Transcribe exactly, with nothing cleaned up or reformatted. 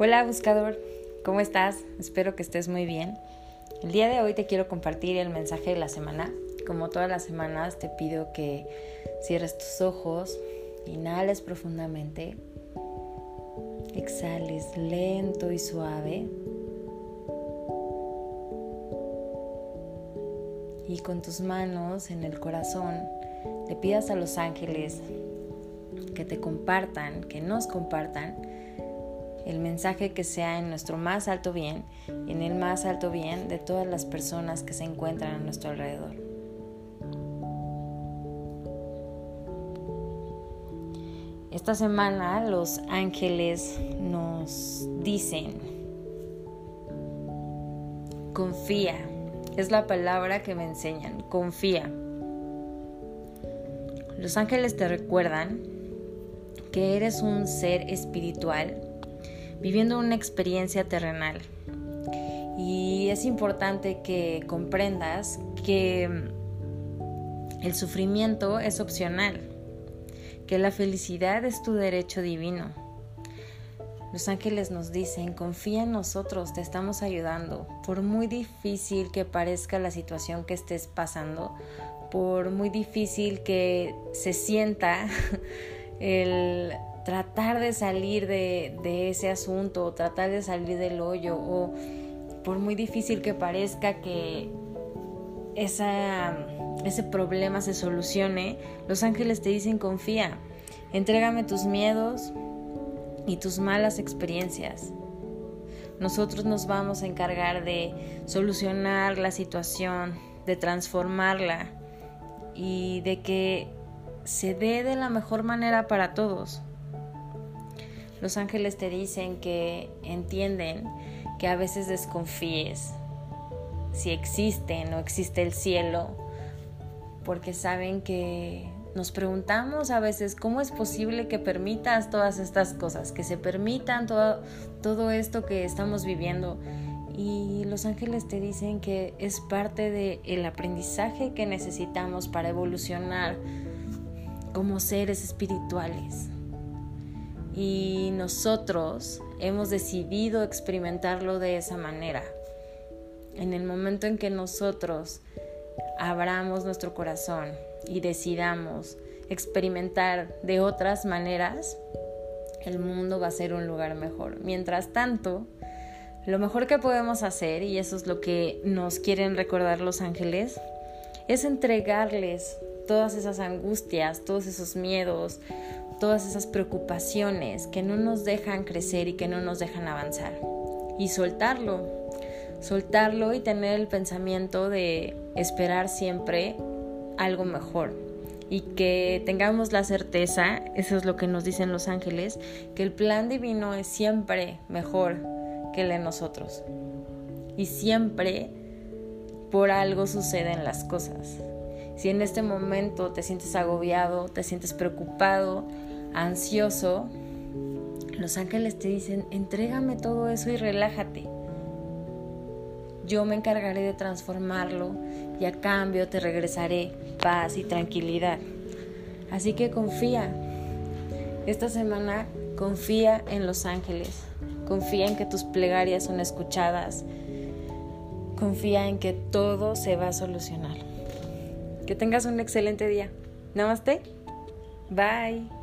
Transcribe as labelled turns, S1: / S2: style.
S1: Hola buscador, ¿cómo estás? Espero que estés muy bien. El día de hoy te quiero compartir el mensaje de la semana. Como todas las semanas te pido que cierres tus ojos, inhales profundamente, exhales lento y suave y con tus manos en el corazón le pidas a los ángeles que te compartan, que nos compartan el mensaje que sea en nuestro más alto bien y en el más alto bien de todas las personas que se encuentran a nuestro alrededor. Esta semana los ángeles nos dicen: confía, es la palabra que me enseñan, confía. Los ángeles te recuerdan que eres un ser espiritual viviendo una experiencia terrenal. Y es importante que comprendas que el sufrimiento es opcional, que la felicidad es tu derecho divino. Los ángeles nos dicen: confía en nosotros, te estamos ayudando. Por muy difícil que parezca la situación que estés pasando, por muy difícil que se sienta el tratar de salir de, de ese asunto, tratar de salir del hoyo, o por muy difícil que parezca que esa, ese problema se solucione, los ángeles te dicen: confía, entrégame tus miedos y tus malas experiencias. Nosotros nos vamos a encargar de solucionar la situación, de transformarla y de que se dé de la mejor manera para todos. Los ángeles te dicen que entienden que a veces desconfíes si existe o no existe el cielo, porque saben que nos preguntamos a veces cómo es posible que permitas todas estas cosas, que se permitan todo, todo esto que estamos viviendo. Y los ángeles te dicen que es parte del aprendizaje que necesitamos para evolucionar como seres espirituales. Y nosotros hemos decidido experimentarlo de esa manera. En el momento en que nosotros abramos nuestro corazón y decidamos experimentar de otras maneras, el mundo va a ser un lugar mejor. Mientras tanto, lo mejor que podemos hacer, y eso es lo que nos quieren recordar los ángeles, es entregarles todas esas angustias, todos esos miedos, todas esas preocupaciones que no nos dejan crecer y que no nos dejan avanzar. Y soltarlo, soltarlo y tener el pensamiento de esperar siempre algo mejor. Y que tengamos la certeza, eso es lo que nos dicen los ángeles, que el plan divino es siempre mejor que el de nosotros. Y siempre por algo suceden las cosas. Si en este momento te sientes agobiado, te sientes preocupado, ansioso, los ángeles te dicen: entrégame todo eso y relájate. Yo me encargaré de transformarlo y a cambio te regresaré paz y tranquilidad. Así que confía. Esta semana confía en los ángeles. Confía en que tus plegarias son escuchadas. Confía en que todo se va a solucionar. Que tengas un excelente día. Namaste. Bye.